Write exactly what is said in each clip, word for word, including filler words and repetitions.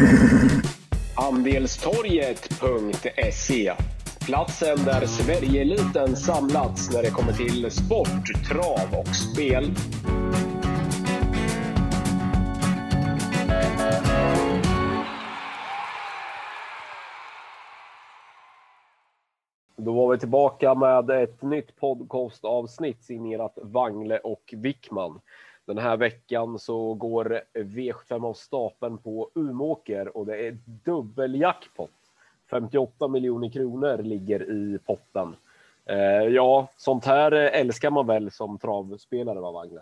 Andelstorget punkt se. Platsen där Sverigeeliten samlats när det kommer till sport, trav och spel. Då var vi tillbaka med ett nytt podcastavsnitt signerat Wangle och Wickman. Den här veckan så går V sjuttiofem av stapeln på Umeåker och det är dubbeljackpot. femtioåtta miljoner kronor ligger i potten. Eh, ja, sånt här älskar man väl som travspelare, va, Wangle?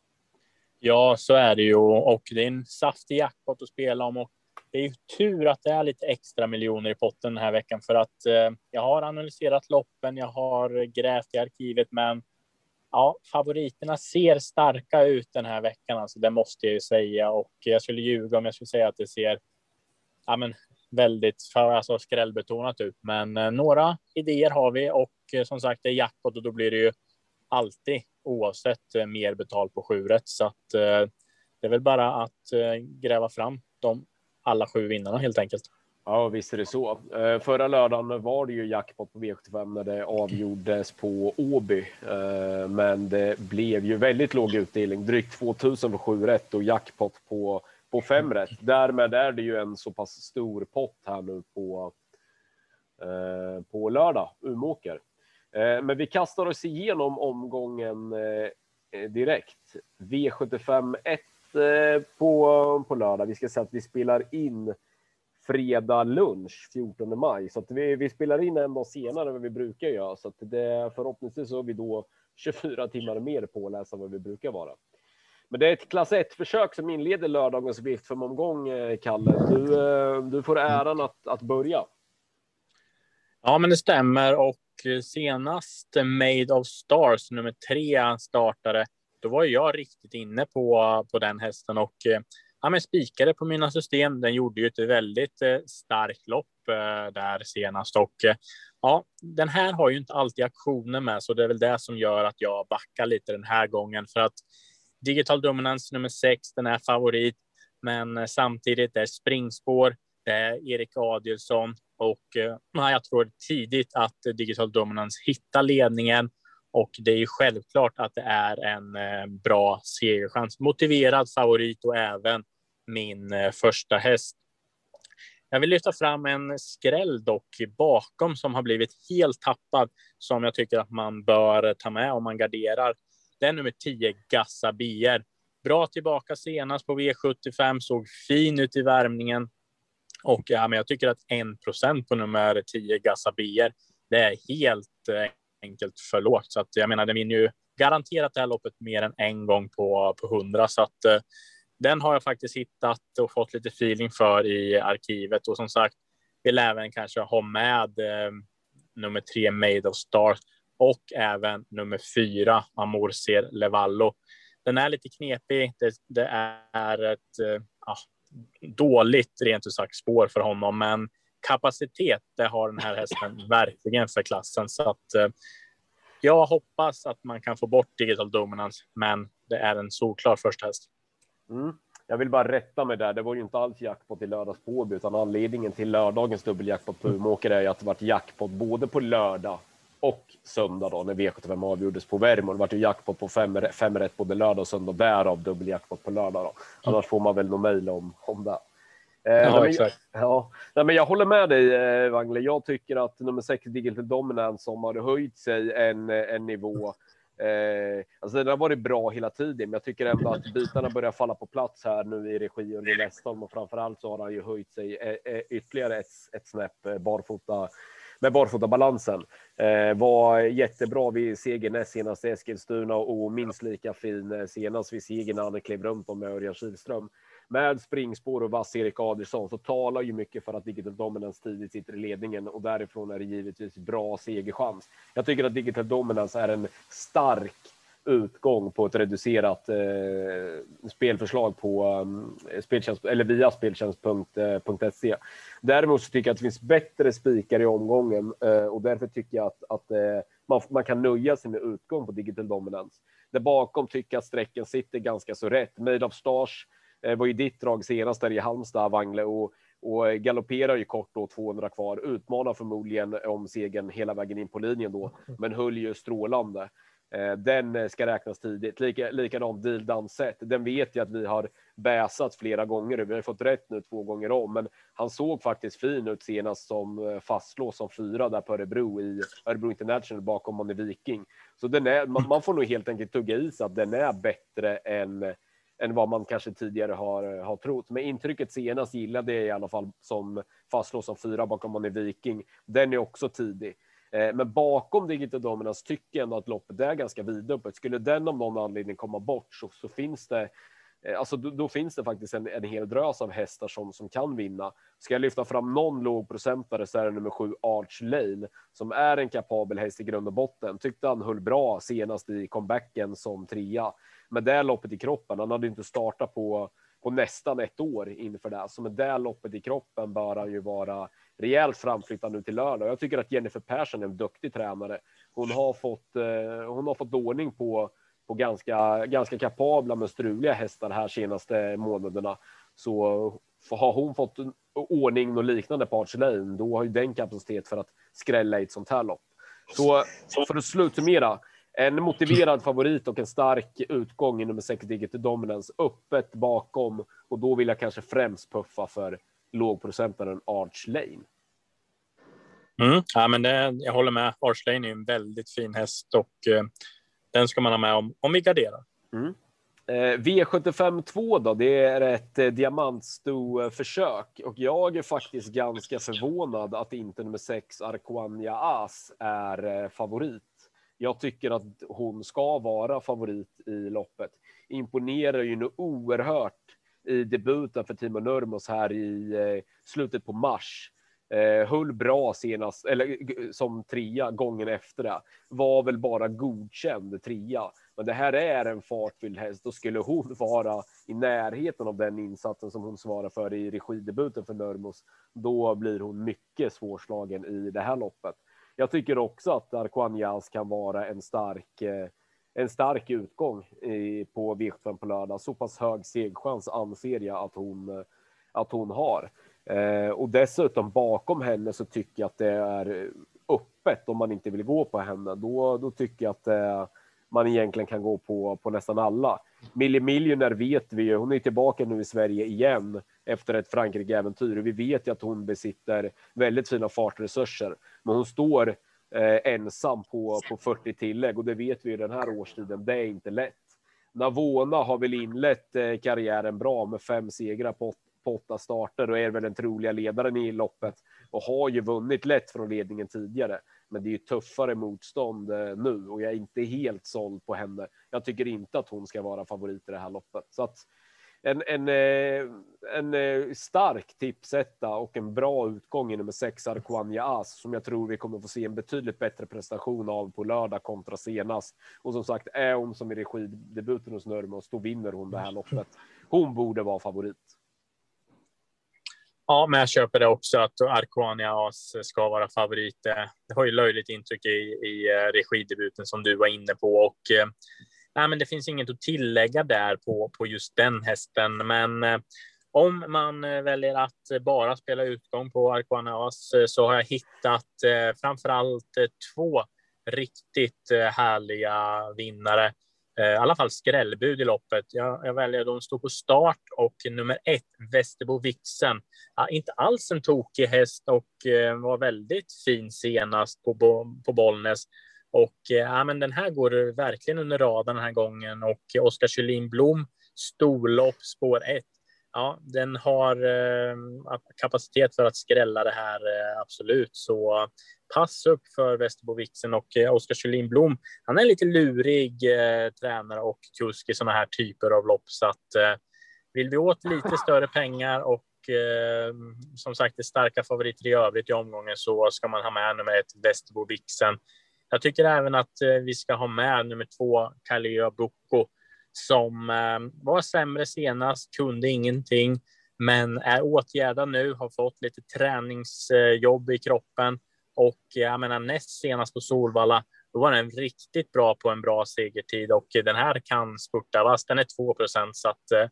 Ja, så är det ju, och det är en saftig jackpot att spela om, och det är ju tur att det är lite extra miljoner i potten den här veckan, för att eh, jag har analyserat loppen, jag har grävt i arkivet, men ja, favoriterna ser starka ut den här veckan, alltså det måste jag ju säga, och jag skulle ljuga om jag skulle säga att det ser ja, men väldigt för, alltså skrällbetonat ut, men eh, några idéer har vi, och eh, som sagt det är jackpot och då blir det ju alltid oavsett eh, mer betalt på sju rätt, så att eh, det är väl bara att eh, gräva fram de alla sju vinnarna helt enkelt. Ja, visst är det så. Eh, förra lördagen var det ju jackpot på V sjuttiofem när det avgjordes på Åby. Eh, men det blev ju väldigt låg utdelning. Drygt tvåtusen för sju rätt och jackpot på, på fem rätt. Därmed är det ju en så pass stor pott här nu på, eh, på lördag, Umeåker. Eh, men vi kastar oss igenom omgången eh, direkt. V sjuttiofem ett eh, på, på lördag. Vi ska säga att vi spelar in fredag lunch fjortonde maj, så att vi, vi spelar in en dag senare än vad vi brukar göra, så att det förhoppningsvis så har vi då tjugofyra timmar mer på att läsa vad vi brukar vara. Men det är ett klass ett försök som inleder lördagens V sjuttiofem omgång, Kalle. Du, du får äran att, att börja. Ja, men det stämmer, och senast Made of Stars nummer tre startade, då var jag riktigt inne på, på den hästen, och ja, men spikade på mina system. Den gjorde ju ett väldigt eh, starkt lopp eh, där senast, och eh, ja, den här har ju inte alltid aktioner med, så det är väl det som gör att jag backar lite den här gången, för att Digital Dominance nummer sex, den är favorit, men eh, samtidigt är springspår, det är Erik Adielsson, och eh, jag tror tidigt att eh, Digital Dominance hittar ledningen, och det är ju självklart att det är en eh, bra segerchans. Motiverad favorit och även min eh, första häst. Jag vill lyfta fram en skräll dock bakom som har blivit helt tappad, som jag tycker att man bör ta med om man garderar. Det är nummer tio, Gassa Bier. Bra tillbaka senast på V sjuttiofem, såg fin ut i värmningen. Och ja, men jag tycker att en procent på nummer tio, Gassa Bier, det är helt eh, enkelt för lågt, så att jag menar, den vinner ju garanterat det här loppet mer än en gång på, på hundra, så att eh, den har jag faktiskt hittat och fått lite feeling för i arkivet, och som sagt vill även kanske ha med eh, nummer tre Made of Stars och även nummer fyra Amorcer Levallo. Den är lite knepig, det, det är ett eh, ja, dåligt rent ut sagt spår för honom, men kapacitet, det har den här hästen verkligen för klassen, så att eh, jag hoppas att man kan få bort Digital Dominance, men det är en solklar första häst. Mm. Jag vill bara rätta mig där, det var ju inte alls jackpot i lördags på Åby, utan anledningen till lördagens dubbeljackpot på Umeåker är att det varit jackpot både på lördag och söndag då, när V sjuttiofem avgjordes på Värmo. Det var ju jackpot på fem, fem rätt både lördag och söndag, därav dubbeljackpot på lördag då. Annars får man väl någon mejl om, om det. Ja, men, exakt. Ja, nej, men jag håller med dig, eh, Wangle. Jag tycker att nummer sex Digital Dominance, som har höjt sig en, en nivå. Eh, alltså den har varit bra hela tiden, men jag tycker ändå att bitarna börjar falla på plats här nu i regi under Westholm, och framförallt så har han ju höjt sig eh, eh, ytterligare ett, ett snäpp eh, barfota, med barfotabalansen. Eh, var jättebra vid seger näst senast i Eskilstuna, och minst lika fin senast vid seger när han klev runt om med Örjan Kihlström. Med springspår och vass Erik Adielsson så talar ju mycket för att Digital Dominance tidigt sitter i ledningen, och därifrån är det givetvis bra segerchans. Jag tycker att Digital Dominance är en stark utgång på ett reducerat eh, spelförslag på eh, speltjänst, eller via speltjänst punkt se. Däremot så tycker jag att det finns bättre spikar i omgången, eh, och därför tycker jag att, att eh, man, man kan nöja sig med utgång på Digital Dominance. Där bakom tycker jag att sträcken sitter ganska så rätt. Made of Stars Det var ju ditt drag senast där i Halmstad, Wangle, och, och galopperar ju kort då tvåhundra kvar. Utmanar förmodligen om segern hela vägen in på linjen då, men höll ju strålande. Den ska räknas tidigt. Lika, likadant Deal Done Set. Den vet jag att vi har bäsat flera gånger. Vi har fått rätt nu två gånger om. Men han såg faktiskt fin ut senast som fastlås som fyra där på Örebro i Örebro International bakom Money Viking. Så den är, man, man får nog helt enkelt tugga i sig att den är bättre än, än vad man kanske tidigare har, har trott. Men intrycket senast gillade jag i alla fall som fastlås som fyra bakom Money Viking. Den är också tidig. Men bakom Digital Dominance tycker jag ändå att loppet är ganska vidöppet. Skulle den om någon anledning komma bort så, så finns det alltså då, då finns det faktiskt en, en hel drös av hästar som, som kan vinna. Ska jag lyfta fram någon lågprocentare så är det nummer sju Arch Lane som är en kapabel häst i grund och botten. Tyckte han höll bra senast i comebacken som trea. Men det loppet i kroppen, han hade inte startat på, på nästan ett år inför det. Så med det loppet i kroppen bör han ju vara rejält framflyttad nu till lördag. Jag tycker att Jennifer Persson är en duktig tränare. Hon har fått, eh, hon har fått ordning på, på ganska, ganska kapabla men struliga hästar här senaste månaderna. Så har hon fått ordning och liknande på Arch Lane, då har ju den kapacitet för att skrälla i ett sånt här lopp. Så för att slutsummera, en motiverad favorit och en stark utgång i nummer sex Digital Dominance, öppet bakom, och då vill jag kanske främst puffa för lågprocentaren Arch Lane. Mm, ja, men det, jag håller med. Arch Lane är en väldigt fin häst och eh, den ska man ha med om, om vi garderar. Mm. Eh, V sjuttiofem två då, det är ett eh, diamantsto-försök och jag är faktiskt ganska förvånad att inte nummer sex Arquania As är eh, favorit. Jag tycker att hon ska vara favorit i loppet. Imponerar ju nu oerhört i debuten för Timo Nurmos här i eh, slutet på mars. Eh, höll bra senast, eller som trea gången efter det. Var väl bara godkänd trea. Men det här är en fartfylld häst. Då skulle hon vara i närheten av den insatsen som hon svarar för i regidebuten för Nurmos. Då blir hon mycket svårslagen i det här loppet. Jag tycker också att Arquanias kan vara en stark, eh, en stark utgång i, på V sjuttiofem på lördag. Så pass hög segchans anser jag att hon, att hon har. Eh, och dessutom bakom henne så tycker jag att det är öppet om man inte vill gå på henne. Då, då tycker jag att eh, man egentligen kan gå på, på nästan alla. Millie Millionaire vet vi ju, hon är tillbaka nu i Sverige igen efter ett Frankrike-äventyr. Vi vet ju att hon besitter väldigt fina fartresurser. Men hon står eh, ensam på, på fyrtio tillägg och det vet vi ju den här årstiden. Det är inte lätt. Navona har väl inlett eh, karriären bra med fem segrar på, på åtta starter och är väl den troliga ledaren i loppet och har ju vunnit lätt från ledningen tidigare. Men det är ju tuffare motstånd eh, nu och jag är inte helt såld på henne. Jag tycker inte att hon ska vara favorit i det här loppet. Så att en, en, eh, en eh, stark tipsetta och en bra utgång i nummer sex Arquania As som jag tror vi kommer få se en betydligt bättre prestation av på lördag kontra senast. Och som sagt, är hon som i regidebuten hos Nurmos, då vinner hon det här loppet. Hon borde vara favorit. Ja, men jag köper det också att Arquania As ska vara favorit. Det har ju löjligt intryck i, i regidebuten som du var inne på och nej, men det finns inget att tillägga där på, på just den hästen. Men eh, om man väljer att bara spela utgång på Arquania As så har jag hittat eh, framförallt eh, två riktigt eh, härliga vinnare. I alla fall skrällbud i loppet. Jag, jag väljer de står på start och nummer ett, Västerbo Vixen. Ja, inte alls en tokig häst och eh, var väldigt fin senast på, på Bollnäs. Och eh, ja, men den här går verkligen under radarn den här gången. Och Oskar Kjellin Blom, storlopp, spår ett. Ja, den har eh, kapacitet för att skrälla det här, eh, absolut. Så pass upp för Västerbo Vixen och eh, Oskar Kjellin Blom. Han är lite lurig eh, tränare och kusk i såna här typer av lopp. Så att eh, vill vi åt lite större pengar och eh, som sagt det starka favoriter i övrigt i omgången så ska man ha med nummer ett, Västerbo Vixen. Jag tycker även att eh, vi ska ha med nummer två, Kaleo Bocco, som eh, var sämre senast, kunde ingenting, men är åtgärdad nu, har fått lite träningsjobb i kroppen och jag menar näst senast på Solvalla, då var den riktigt bra på en bra segertid och den här kan spurta vass, den är två procent så att eh,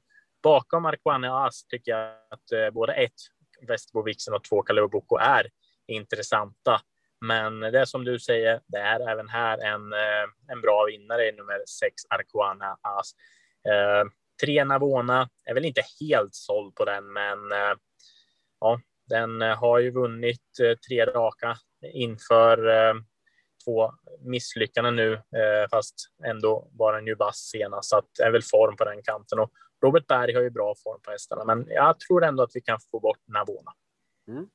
bakom Arquane As tycker jag att eh, både ett Västerbo Vixen och två Kalu Boko är intressanta. Men det är som du säger, det är även här en, eh, en bra vinnare i nummer sex Arquane As. Eh, tre Navona är väl inte helt såld på den, men eh, ja, den har ju vunnit eh, tre raka inför eh, två misslyckanden nu, eh, fast ändå var den ju bass senast, så att det är väl form på den kanten. Och Robert Berg har ju bra form på hästarna, men jag tror ändå att vi kan få bort Navona. Mm.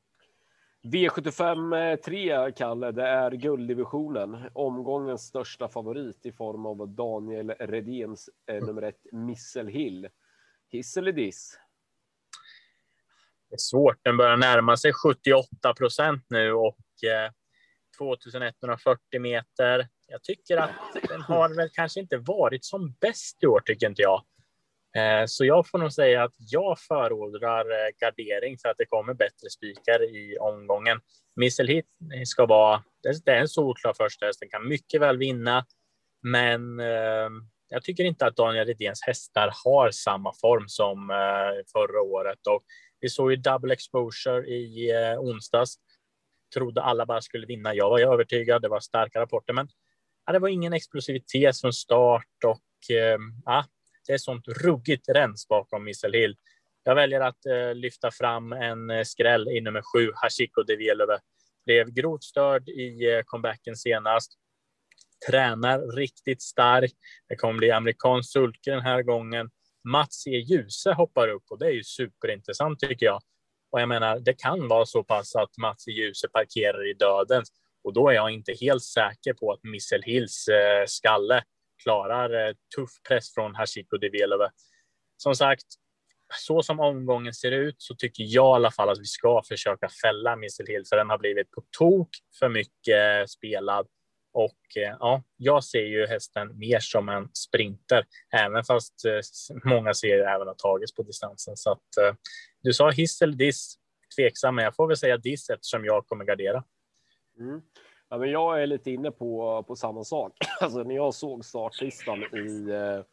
V sjuttiofem tre, Kalle, det är gulddivisionen. Omgångens största favorit i form av Daniel Redéns eh, nummer ett Missel Hill. Hiss eller diss? Det är svårt, den börjar närma sig sjuttioåtta procent nu och eh, tjugoetthundrafyrtio meter. Jag tycker att den har väl kanske inte varit som bäst i år, tycker inte jag. Eh, så jag får nog säga att jag förordrar eh, gardering för att det kommer bättre spikar i omgången. Missel Hit ska vara, det är en solklar första häst, den kan mycket väl vinna, men eh, jag tycker inte att Daniel Redéns hästar har samma form som eh, förra året. Och vi såg ju double exposure i eh, onsdags. Trodde alla bara skulle vinna. Jag var övertygad, det var starka rapporter, men ja, det var ingen explosivitet från start och eh, ja, det är sånt ruggigt rens bakom Missel Hill. Jag väljer att eh, lyfta fram en eh, skräll i nummer sju, Hashiko de Vielove. Blev grovt störd i eh, comebacken senast. Tränar riktigt stark. Det kommer bli amerikansk sulke den här gången. Mats E. Djuse hoppar upp och det är ju superintressant tycker jag. Och jag menar, det kan vara så pass att Mats E. Djuse parkerar i döden. Och då är jag inte helt säker på att Missel Hills eh, skalle klarar eh, tuff press från Hashiko de Vielove. Som sagt, så som omgången ser ut så tycker jag i alla fall att vi ska försöka fälla Missel Hill, för den har blivit på tok för mycket eh, spelad. Och eh, ja, jag ser ju hästen mer som en sprinter, även fast eh, många serier även har tagits på distansen. Så att eh, du sa hiss eller diss, tveksam, men jag får väl säga diss eftersom jag kommer gardera. Mm. Ja, men jag är lite inne på, på samma sak. Alltså, när jag såg startlistan i,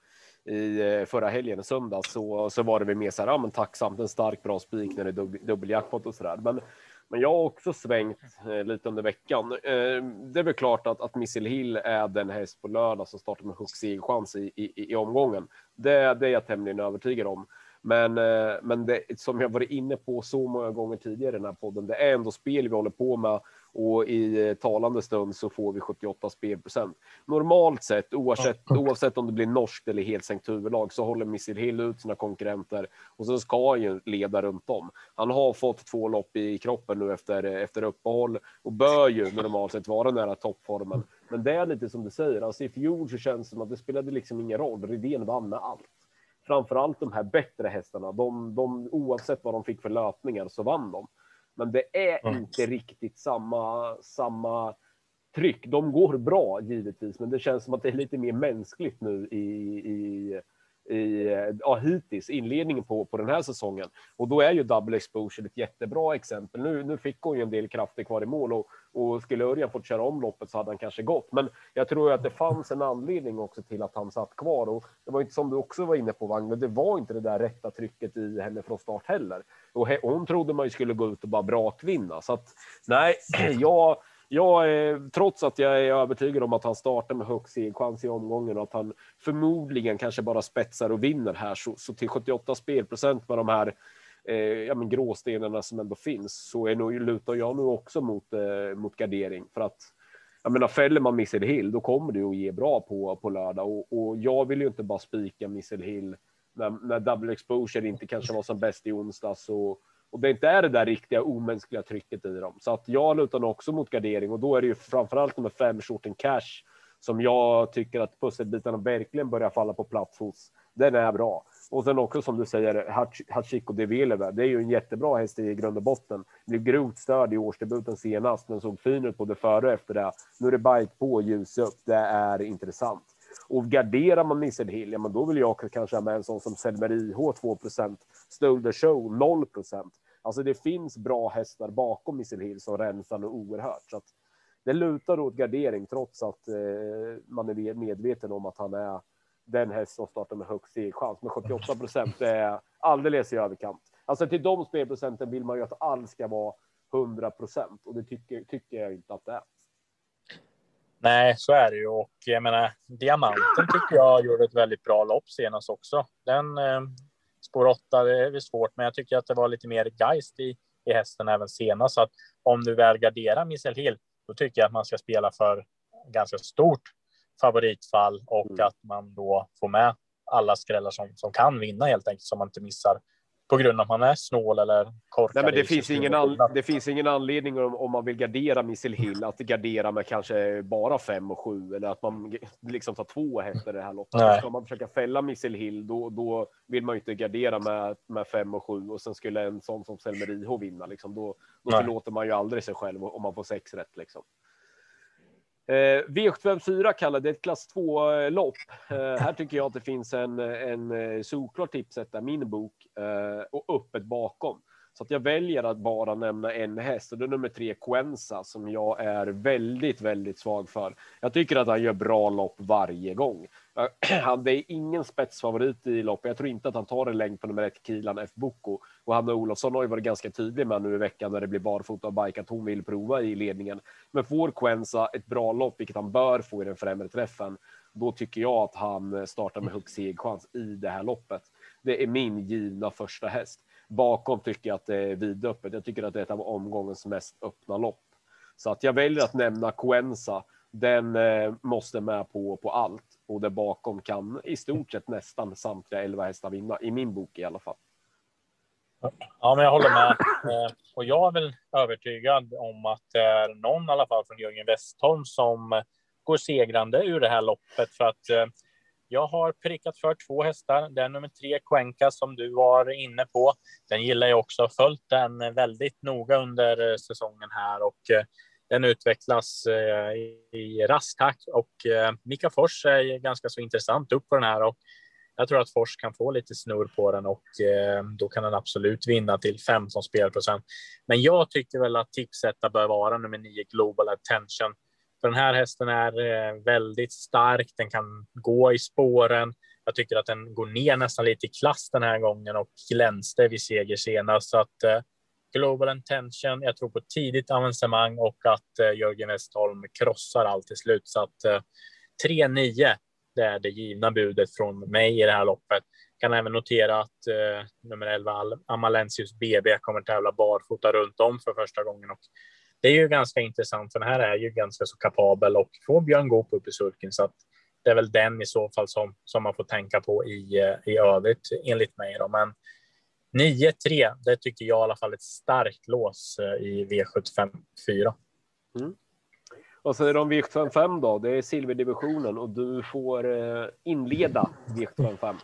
i förra helgen i söndag så, så var det väl mer så här, ja, men tacksamt, en stark bra spik när det är dubbeljackpot och sådär. Men, men jag har också svängt eh, lite under veckan. Eh, det är väl klart att, att Missel Hill är den häst på lördag som startar med högst segerchans i, i, i omgången. Det, det är jag tämligen övertygad om. Men, eh, men det, som jag varit inne på så många gånger tidigare i den här podden, det är ändå spel vi håller på med. Och i talande stund så får vi sjuttioåtta spelprocent. Normalt sett, oavsett, oavsett om det blir norskt eller helt sänkt huvudlag, så håller Missel Hill ut sina konkurrenter. Och så ska han ju leda runt om. Han har fått två lopp i kroppen nu efter, efter uppehåll. Och bör ju normalt sett vara nära toppformen. Men det är lite som du säger. Alltså i fjol så känns det som att det spelade liksom ingen roll. Redén vann med allt. Framförallt de här bättre hästarna. De, de, oavsett vad de fick för löpningar så vann de. Men det är inte riktigt samma, samma tryck. De går bra givetvis, men det känns som att det är lite mer mänskligt nu i, i, i ja, hittills inledningen på, på den här säsongen. Och då är ju double exposure ett jättebra exempel. Nu, nu fick hon ju en del krafter kvar i mål och, och skulle Örjan fått köra om loppet så hade han kanske gått. Men jag tror att det fanns en anledning också till att han satt kvar. Och det var inte som du också var inne på, Wagner, det var inte det där rätta trycket i henne från start heller. Och hon trodde man ju skulle gå ut och bara brakvinna. Så att nej, jag... Jag är, trots att jag är övertygad om att han startar med högst chans i omgången och att han förmodligen kanske bara spetsar och vinner här, så, så till sjuttioåtta spelprocent med de här eh, ja, men gråstenarna som ändå finns, så är nog, lutar jag nu också mot, eh, mot gardering. För att jag menar, fäller man Missel Hill, då kommer det att ge bra på, på lördag. Och, och jag vill ju inte bara spika Missel Hill när, när double exposure inte kanske var som bäst i onsdag, så och det inte är det där riktiga omänskliga trycket i dem. Så att jag lutar också mot gardering. Och då är det ju framförallt med fem shorten cash som jag tycker att pusselbitarna verkligen börjar falla på plats hos. Den är bra. Och sen också som du säger, Hashiko de Vielove. Det är ju en jättebra häst i grund och botten. Blev grovt störd i årsdebuten senast, men såg fin ut både före och efter det. Nu är det bike på, ljus upp. Det är intressant. Och garderar man Missel Hill, ja, men då vill jag kanske ha med en sån som Selmer I H två procent, Stole the Show noll procent. Alltså det finns bra hästar bakom Missel Hill som rensar och oerhört. Så att det lutar åt gardering trots att eh, man är medveten om att han är den häst som startar med högst segerchans. Men sjuttioåtta procent är alldeles i överkant. Alltså till de spelprocenten vill man ju att allt ska vara hundra procent. Och det tycker, tycker jag inte att det är. Nej, så är det ju. Och jag menar, Diamanten tycker jag gjorde ett väldigt bra lopp senast också. Den eh, spår åtta, det är väl svårt. Men jag tycker att det var lite mer geist i, i hästen även senast. Så att om du väl garderar Missile Hill, då tycker jag att man ska spela för ganska stort favoritfall. Och mm. att man då får med alla skrällar som, som kan vinna helt enkelt. Så man inte missar på grund av att man är snål eller korkad. Nej, men det finns, ingen an, det finns ingen anledning om, om man vill gardera Missile Hill att gardera med kanske bara fem och sju eller att man liksom tar två hästar det här loppet. Ska man försöka fälla Missile Hill då, då vill man ju inte gardera med, med fem och sju och sen skulle en sån som Selmer I H vinna liksom. Då, då förlåter man ju aldrig sig själv om man får sex rätt liksom. Eh, V sjuttiofyra kallar det ett klass två-lopp. Eh, här tycker jag att det finns en, en solklar tipsetta, min bok, eh, och öppet bakom. Så att jag väljer att bara nämna en häst och det är nummer tre, Quensa, som jag är väldigt, väldigt svag för. Jag tycker att han gör bra lopp varje gång. Han, det är ingen spetsfavorit i loppet. Jag tror inte att han tar en längd på nummer ett, Kilan F. Boko. Och Hanna Olofsson har ju varit ganska tydlig med nu i veckan när det blir barfota och bike att hon vill prova i ledningen. Men får Quensa ett bra lopp, vilket han bör få i den främre träffen, då tycker jag att han startar med högst segerchans i det här loppet. Det är min givna första häst. Bakom tycker jag att det är vidöppet. Jag tycker att det är ett av omgångens mest öppna lopp. Så att jag väljer att nämna Quensa. Den eh, måste med på, på allt. Och där bakom kan i stort sett nästan samtliga elva hästar vinna. I min bok i alla fall. Ja, men jag håller med. Och jag är väl övertygad om att det är någon i alla fall från Jörgen Westholm som går segrande ur det här loppet. För att jag har prickat för två hästar. Den nummer tre, Cuenca, som du var inne på. Den gillar jag också. Följt den väldigt noga under säsongen här. Och den utvecklas i rask takt. Och Mika Fors är ganska så intressant upp på den här. Och jag tror att Fors kan få lite snurr på den. Och då kan den absolut vinna till femton spelprocent. Men jag tycker väl att tipsetta bör vara nummer nio, Global Attention. För den här hästen är väldigt stark. Den kan gå i spåren. Jag tycker att den går ner nästan lite i klass den här gången och glänste vid seger senast. Så att uh, Global Intention, jag tror på tidigt avancemang och att uh, Jörgen Westholm krossar allt till slut. Så att uh, tre nio, det är det givna budet från mig i det här loppet. Kan även notera att uh, nummer elva, Amalensius B B, kommer tävla barfota runt om för första gången. Och det är ju ganska intressant, för den här är ju ganska så kapabel och får Björn Goop upp i sulken. Så att det är väl den i så fall som, som man får tänka på i, i övrigt enligt mig. Då. Men nio tre, det tycker jag i alla fall ett starkt lås i V sjuttiofyra. Mm. Och så är de V sjuttiofem då, det är silverdivisionen och du får inleda V sjuttiofem.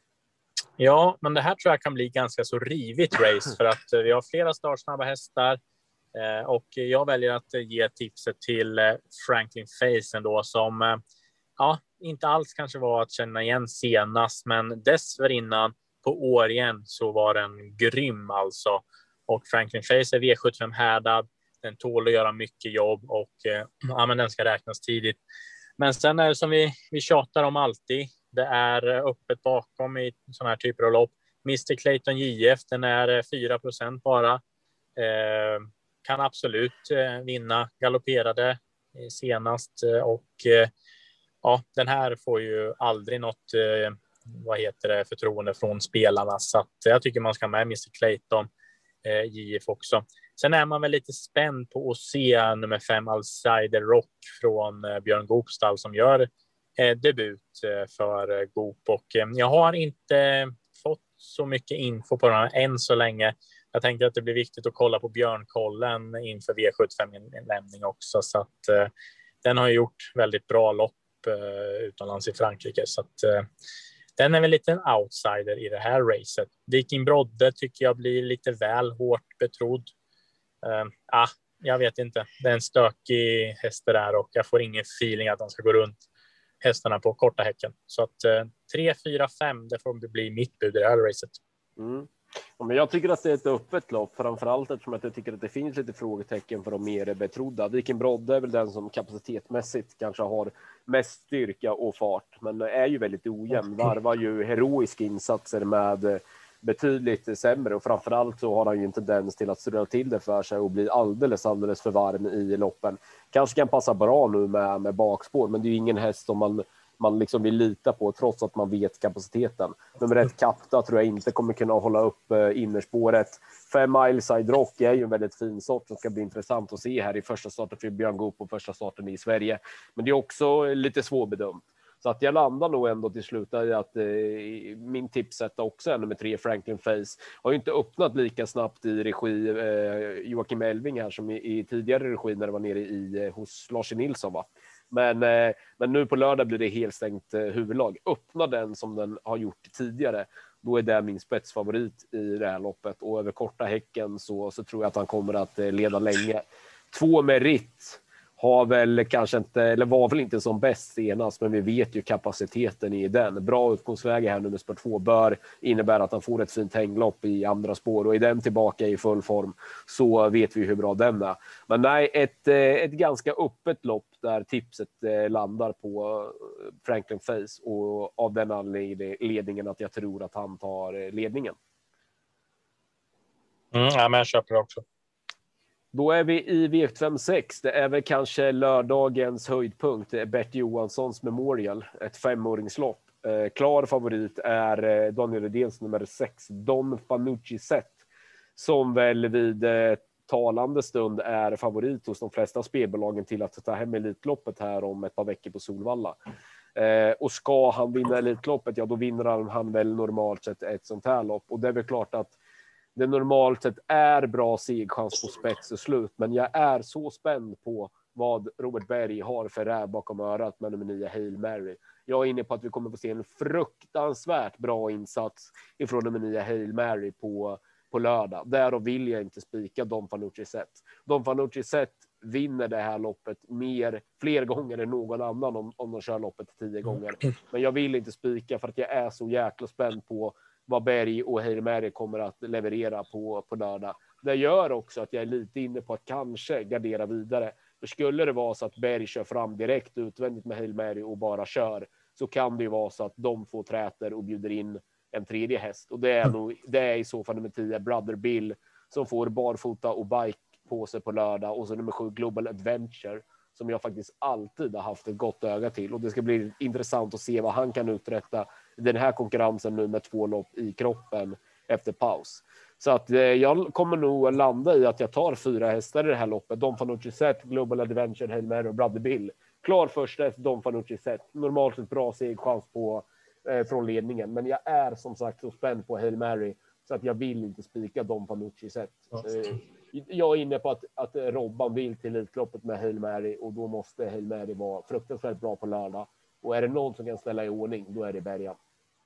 Ja, men det här tror jag kan bli ganska så rivigt race för att vi har flera startsnabba hästar. Och jag väljer att ge tipset till Franklin Face ändå, som ja, inte alls kanske var att känna igen senast, men dessförinnan på Årjäng så var den grym alltså. Och Franklin Face är V sjuttiofem härdad, den tål att göra mycket jobb och ja, men den ska räknas tidigt. Men sen är det som vi, vi tjatar om alltid, det är öppet bakom i sådana här typer av lopp. mister Clayton J F, den är fyra procent bara. Eh, kan absolut eh, vinna, galopperade eh, senast eh, och eh, ja, den här får ju aldrig något eh, vad heter det, förtroende från spelarna, så att jag tycker man ska med mister Clayton eh, J F också. Sen är man väl lite spänd på att se nummer fem, Alcider Rock från eh, Björn Goopstall som gör eh, debut eh, för eh, Goop, och eh, jag har inte fått så mycket info på den här än så länge. Jag tänker att det blir viktigt att kolla på Björnkollen inför V sjuttiofem-lämning också. Så att eh, den har gjort väldigt bra lopp eh, utomlands i Frankrike. Så att eh, den är väl lite en outsider i det här racet. Viking Brodde tycker jag blir lite väl hårt betrodd. Eh, ah, jag vet inte. Det är en stökig häst där och jag får ingen feeling att de ska gå runt hästarna på korta häcken. Så att eh, tre, fyra, fem, det får bli mitt bud i det här racet. Mm. Ja, men jag tycker att det är ett öppet lopp, framförallt eftersom att jag tycker att det finns lite frågetecken för de mer betrodda. Viking Brodde är väl den som kapacitetmässigt kanske har mest styrka och fart, men är ju väldigt ojämn. Varvar ju heroiska insatser med betydligt sämre, och framförallt så har han ju en tendens till att ströla till det för sig och bli alldeles, alldeles för varm i loppen. Kanske kan passa bra nu med, med bakspår, men det är ju ingen häst som man man liksom vill lita på trots att man vet kapaciteten. Nummer ett Kapta tror jag inte kommer kunna hålla upp innerspåret. Fem Miles Side Rock är ju en väldigt fin sort som ska bli intressant att se här i första starten för Björn Goop på första starten i Sverige. Men det är också lite svårbedömt. Så att jag landar nog ändå till slut i att eh, min tipsetta också är nummer tre Franklin Face. Har ju inte öppnat lika snabbt i regi eh, Joakim Elving här som i, i tidigare regi när det var nere i, eh, hos Lars Nilsson, va? Men, eh, men nu på lördag blir det helt stängt eh, huvudlag. Öppna den som den har gjort tidigare. Då är det min spetsfavorit i det här loppet. Och över korta häcken så, så tror jag att han kommer att eh, leda länge. Två Merit har väl kanske inte, eller var väl inte som bäst senast, men vi vet ju kapaciteten i den. Bra utgångsväg här nu med spår två bör innebära att han får ett fint hänglopp i andra spår, och är den tillbaka i full form så vet vi hur bra den är. Men nej, ett, ett ganska öppet lopp där tipset landar på Franklin Face, och av den anledningen att jag tror att han tar ledningen. Mm, ja, men jag köper det också. Då är vi i V fyrtiofem-sex. Det är väl kanske lördagens höjdpunkt. Det är Bert Johanssons Memorial. Ett femåringslopp. Eh, klar favorit är eh, Daniel Redéns nummer sex. Don Fanucci Set. Som väl vid eh, talande stund är favorit hos de flesta spelbolagen till att ta hem Elitloppet här om ett par veckor på Solvalla. Eh, och ska han vinna Elitloppet, ja då vinner han, han väl normalt sett ett sånt här lopp. Och det är väl klart att det normalt sett är bra segchans på spets och slut, men jag är så spänd på vad Robert Berg har för räv bakom örat med nummer nio Hail Mary. Jag är inne på att vi kommer få se en fruktansvärt bra insats ifrån nummer nio Hail Mary på, på lördag. Därav vill jag inte spika Don Fanucci Set. Don Fanucci Set vinner det här loppet mer, fler gånger än någon annan om, om de kör loppet tio gånger. Men jag vill inte spika för att jag är så jäkla spänd på vad Berg och Hail Mary kommer att leverera på, på lördag. Det gör också att jag är lite inne på att kanske gardera vidare. För skulle det vara så att Berg kör fram direkt utvändigt med Hail Mary och bara kör, så kan det ju vara så att de får träter och bjuder in en tredje häst. Och det är, nog, det är i så fall nummer tio Brother Bill som får barfota och bike på sig på lördag. Och så nummer sju Global Adventure som jag faktiskt alltid har haft ett gott öga till. Och det ska bli intressant att se vad han kan uträtta i den här konkurrensen nu med två lopp i kroppen efter paus. Så att eh, jag kommer nog landa i att jag tar fyra hästar i det här loppet. Don Fanucci Set, Global Adventure, Hail Mary och Brother Bill. Klar första häst, Don Fanucci Set. Normalt ett bra segchans på eh, från ledningen. Men jag är som sagt så spänd på Hail Mary så att jag vill inte spika Don Fanucci Set. Eh, jag är inne på att, att Robban vill till Elitloppet med Hail Mary, och då måste Hail Mary vara fruktansvärt bra på lördag. Och är det någon som kan ställa i ordning, då är det Berga.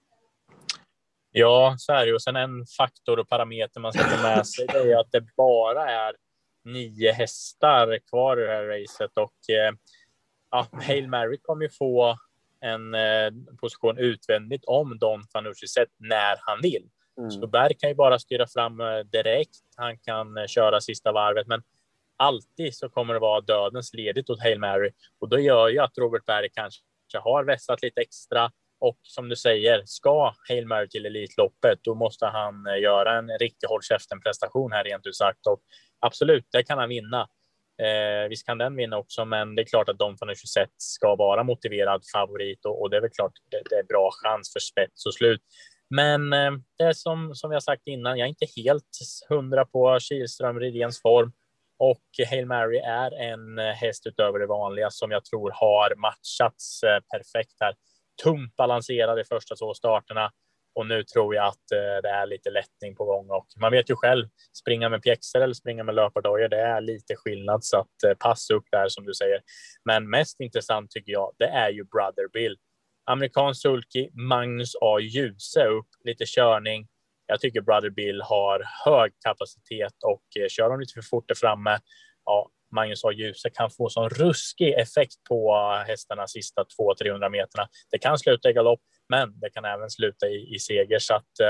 Ja, så är det. Och sen en faktor och parameter man ska ta med sig, det är att det bara är nio hästar kvar i det här racet. Och eh, ja, Hail Mary kommer ju få en eh, position utvändigt om Don Fanucci Set när han vill. Mm. Så Berg kan ju bara styra fram eh, direkt. Han kan eh, köra sista varvet, men alltid så kommer det vara dödens ledigt åt Hail Mary. Och då gör ju att Robert Berg kanske har vässat lite extra. Och som du säger, ska Hail Mary till Elitloppet, då måste han göra en riktig håll käften prestation här rent ut sagt. Och absolut, det kan han vinna. Eh, visst kan den vinna också, men det är klart att Don Fanucci Set ska vara motiverad favorit. Och, och det är väl klart det, det är bra chans för spets och slut. Men eh, det är som, som jag har sagt innan, jag är inte helt hundra på Kihlström Redéns form. Och Hail Mary är en häst utöver det vanliga som jag tror har matchats eh, perfekt här. Tungt balanserad i första två starterna, och nu tror jag att eh, det är lite lättning på gång. Och man vet ju själv, springa med pjäxor eller springa med löpardojor, det är lite skillnad, så att eh, passa upp där som du säger. Men mest intressant tycker jag, det är ju Brother Bill. Amerikansk sulky, Magnus A. Djuse upp, lite körning. Jag tycker Brother Bill har hög kapacitet, och eh, kör de lite för fort där framme, ja, Magnus A. Djuse kan få sån ruskig effekt på hästarna sista två till trehundra meterna. Det kan sluta i galopp, men det kan även sluta i, i seger. Så att eh,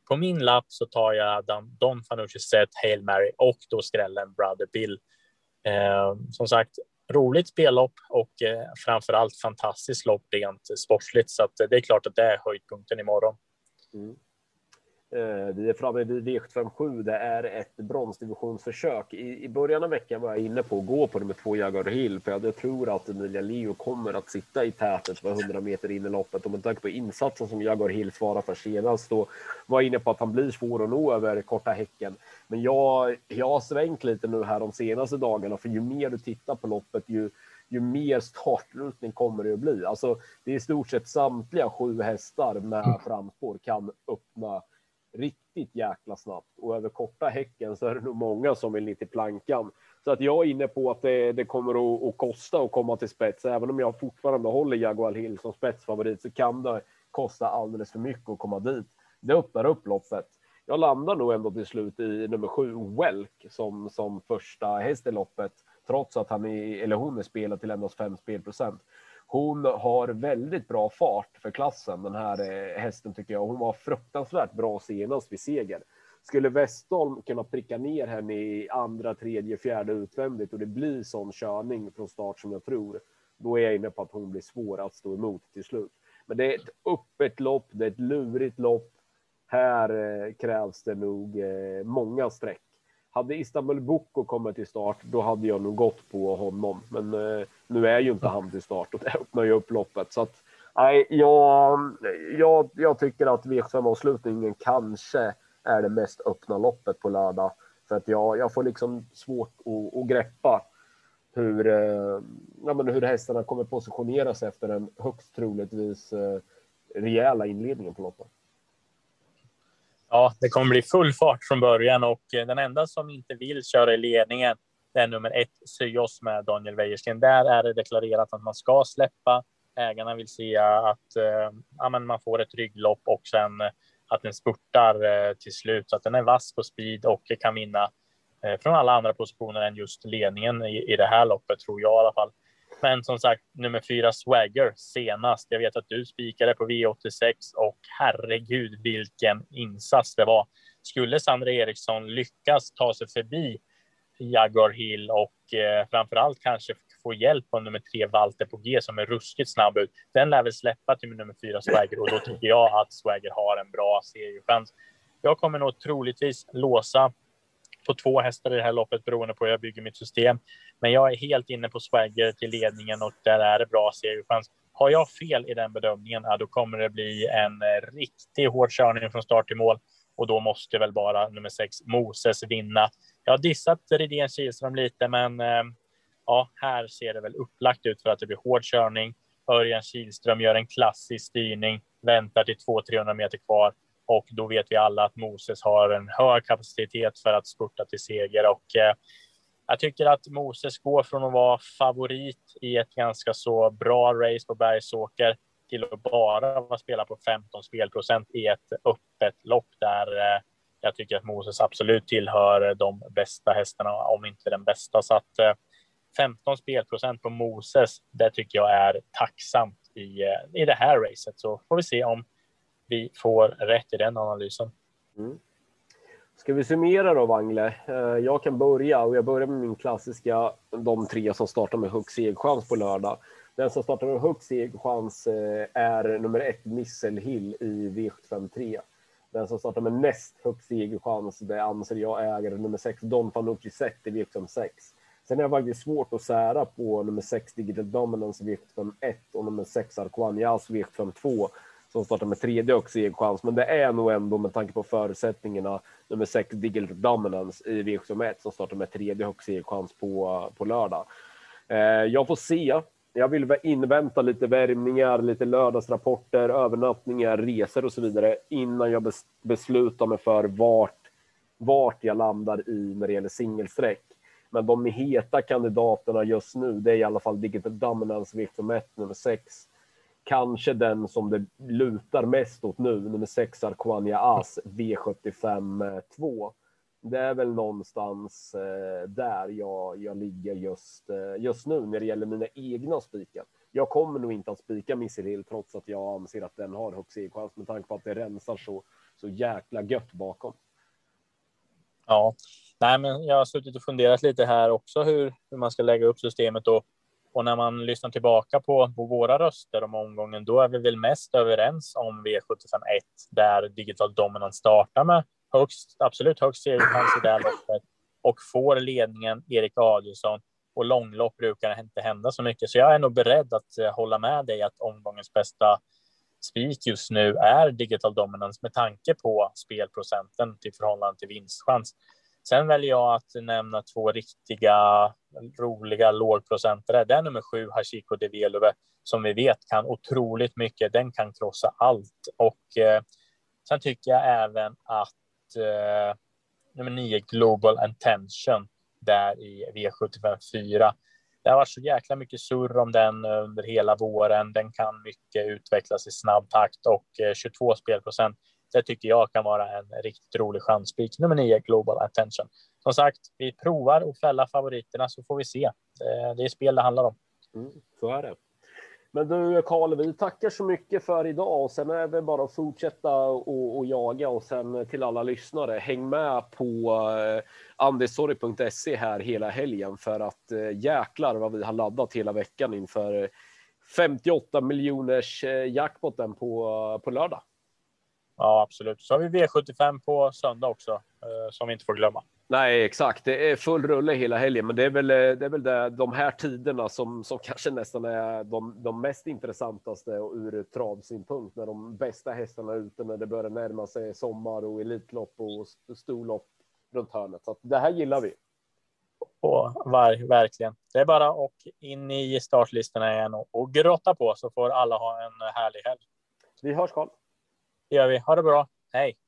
på min lapp så tar jag Don, Don Fanucci Set, Hail Mary och då skrällen Brother Bill. Eh, som sagt, roligt spellopp och eh, framförallt fantastiskt lopp rent sportsligt. Så att, eh, det är klart att det är höjdpunkten imorgon. Mm. Eh, vi är framme vid V sjuttiofem. Det är ett bronsdivisionsförsök. I, I början av veckan var jag inne på att gå på nummer två Jaguar Hill, för jag tror att Emilia Leo kommer att sitta i tätet för hundra meter in i loppet. Och med tanke på insatsen som Jaguar Hill svarar för senast, då var jag inne på att han blir svår att nå över korta häcken. Men jag, jag har svängt lite nu här de senaste dagarna, för ju mer du tittar på loppet, ju ju mer startrutning kommer det att bli. Alltså, det är i stort sett samtliga sju hästar med framspår kan öppna riktigt jäkla snabbt. Och över korta häcken så är det nog många som vill ner till plankan. Så att jag är inne på att det, det kommer att, att kosta att komma till spets. Även om jag fortfarande håller Jaguar Hill som spetsfavorit, så kan det kosta alldeles för mycket att komma dit. Det öppnar upp loppet. Jag landar nog ändå till slut i nummer sju Welk som, som första häst i loppet. Trots att han är, eller hon är spelad till endast fem spelprocent. Hon har väldigt bra fart för klassen, den här eh, hästen tycker jag. Hon var fruktansvärt bra senast vid seger. Skulle Westholm kunna pricka ner henne i andra, tredje, fjärde utvändigt och det blir sån körning från start som jag tror, då är jag inne på att hon blir svår att stå emot till slut. Men det är ett öppet lopp, det är ett lurigt lopp. Här eh, krävs det nog eh, många streck. Hade Istanbul Boko kommit till start, då hade jag nog gått på honom. Men eh, nu är ju inte han till start och det öppnar ju upp loppet. Så att, nej, jag, jag, jag tycker att V sjuttiofem-avslutningen kanske är det mest öppna loppet på lördag. För att jag, jag får liksom svårt att, att greppa hur, eh, ja, men hur hästarna kommer positionera sig efter en högst troligtvis eh, rejäla inledningen på loppet. Ja, det kommer bli full fart från början och den enda som inte vill köra i ledningen, det är nummer ett, Syos med Daniel Wäjersten. Där är det deklarerat att man ska släppa. Ägarna vill se att eh, ja, men man får ett rygglopp och sen att den spurtar eh, till slut. Så att den är vass på speed och kan vinna eh, från alla andra positioner än just ledningen i, i det här loppet, tror jag i alla fall. Men som sagt, nummer fyra Swagger senast. Jag vet att du spikade på V åttiosex och herregud vilken insats det var. Skulle Sandra Eriksson lyckas ta sig förbi Jaguar Hill och eh, framförallt kanske få hjälp av nummer tre Walter på G som är ruskigt snabb ut. Den lär väl släppa till nummer fyra Swagger och då tycker jag att Swagger har en bra seriechans. Jag kommer nog troligtvis låsa på två hästar i det här loppet beroende på hur jag bygger mitt system. Men jag är helt inne på Swagger till ledningen och där är det bra seriechans. Har jag fel i den bedömningen, ja, då kommer det bli en riktigt hård körning från start till mål. Och då måste väl bara nummer sex Moses vinna. Jag har dissat Rydén Kihlström lite, men eh, ja, här ser det väl upplagt ut för att det blir hård körning. Örjan Kihlström gör en klassisk styrning, väntar till två till trehundra meter kvar. Och då vet vi alla att Moses har en hög kapacitet för att spurta till seger. Och eh, jag tycker att Moses går från att vara favorit i ett ganska så bra race på Bergsåker till att bara vara spela på femton spelprocent i ett öppet lopp där eh, jag tycker att Moses absolut tillhör de bästa hästarna, om inte den bästa. Så att eh, femton spelprocent på Moses, det tycker jag är tacksamt i, eh, i det här racet. Så får vi se om vi får rätt i den analysen. Mm. Ska vi summera då, Wangle? Jag kan börja och jag börjar med min klassiska, de tre som startar med högst segerchans på lördag. Den som startar med högst segerchans är nummer ett Missel Hill i V sjuttiofem tre. Den som startar med näst högst segerchans, det anser jag äger nummer sex Don Fanucci Set i V sjuttiofem sex. Sen är det faktiskt svårt att sära på nummer sex Digital Dominance i V sjuttiofem ett och nummer sex Arquanias V sjuttiofem två. Som startar med tredje och segerchans, men det är nog ändå med tanke på förutsättningarna nummer sex Digital Dominance i V sjuttiofem ett som startar med tredje och segerchans på, på lördag. Eh, jag får se. Jag vill invänta lite värmningar, lite lördagsrapporter, övernattningar, resor och så vidare innan jag bes, beslutar mig för vart, vart jag landar i när det gäller singelsträck. Men de heta kandidaterna just nu, det är i alla fall Digital Dominance V sjuttiofem ett nummer sex. Kanske den som det lutar mest åt nu, nummer sex Arquania As V sjuttiofem två. Det är väl någonstans eh, där jag, jag ligger just, eh, just nu när det gäller mina egna spikar. jag kommer nog inte att spika Missile Hill trots att jag anser att den har högst segerchans med tanke på att det rensar så, så jäkla gött bakom. Ja, nej, men jag har suttit och funderat lite här också hur, hur man ska lägga upp systemet och, och när man lyssnar tillbaka på, på våra röster om omgången, då är vi väl mest överens om V sjuttiofem ett där Digital Dominance startar med högst, absolut högst segerchans i det här loppet och får ledningen Erik Adielsson, och långlopp brukar det inte hända så mycket, så jag är nog beredd att uh, hålla med dig att omgångens bästa spik just nu är Digital Dominance med tanke på spelprocenten till förhållande till vinstchans. Sen väljer jag att nämna två riktiga roliga lågprocentare. Det är nummer sju, Hashiko de Velove, som vi vet kan otroligt mycket. Den kan krossa allt. Och eh, sen tycker jag även att eh, nummer nio, Global Intention, där i V sjuttiofem fyra. Det har varit så jäkla mycket surr om den under hela våren. Den kan mycket utvecklas i snabb takt och tjugotvå spelprocent. Det tycker jag kan vara en riktigt rolig chanspik. Nummer nio, Global Attention. Som sagt, vi provar att fälla favoriterna så får vi se. Det, det är spel det handlar om. Mm, så är det. Men du Carl, vi tackar så mycket för idag och sen är det bara att fortsätta och, och jaga och sen till alla lyssnare, häng med på eh, andestorg punkt se här hela helgen för att eh, jäklar vad vi har laddat hela veckan inför femtioåtta miljoners eh, jackpotten på, på lördag. Ja, absolut. Så har vi V sjuttiofem på söndag också, eh, som vi inte får glömma. Nej, exakt. Det är full rulle hela helgen, men det är väl, det är väl det, de här tiderna som, som kanske nästan är de, de mest intressantaste ur travsynpunkt, när de bästa hästarna är ute, när det börjar närma sig sommar och elitlopp och storlopp runt hörnet. Så att det här gillar vi. Och var, verkligen. Det är bara att in i startlistorna igen och, och grotta på så får alla ha en härlig helg. Vi hörs, Carl. Det gör vi. Ha det bra. Hej!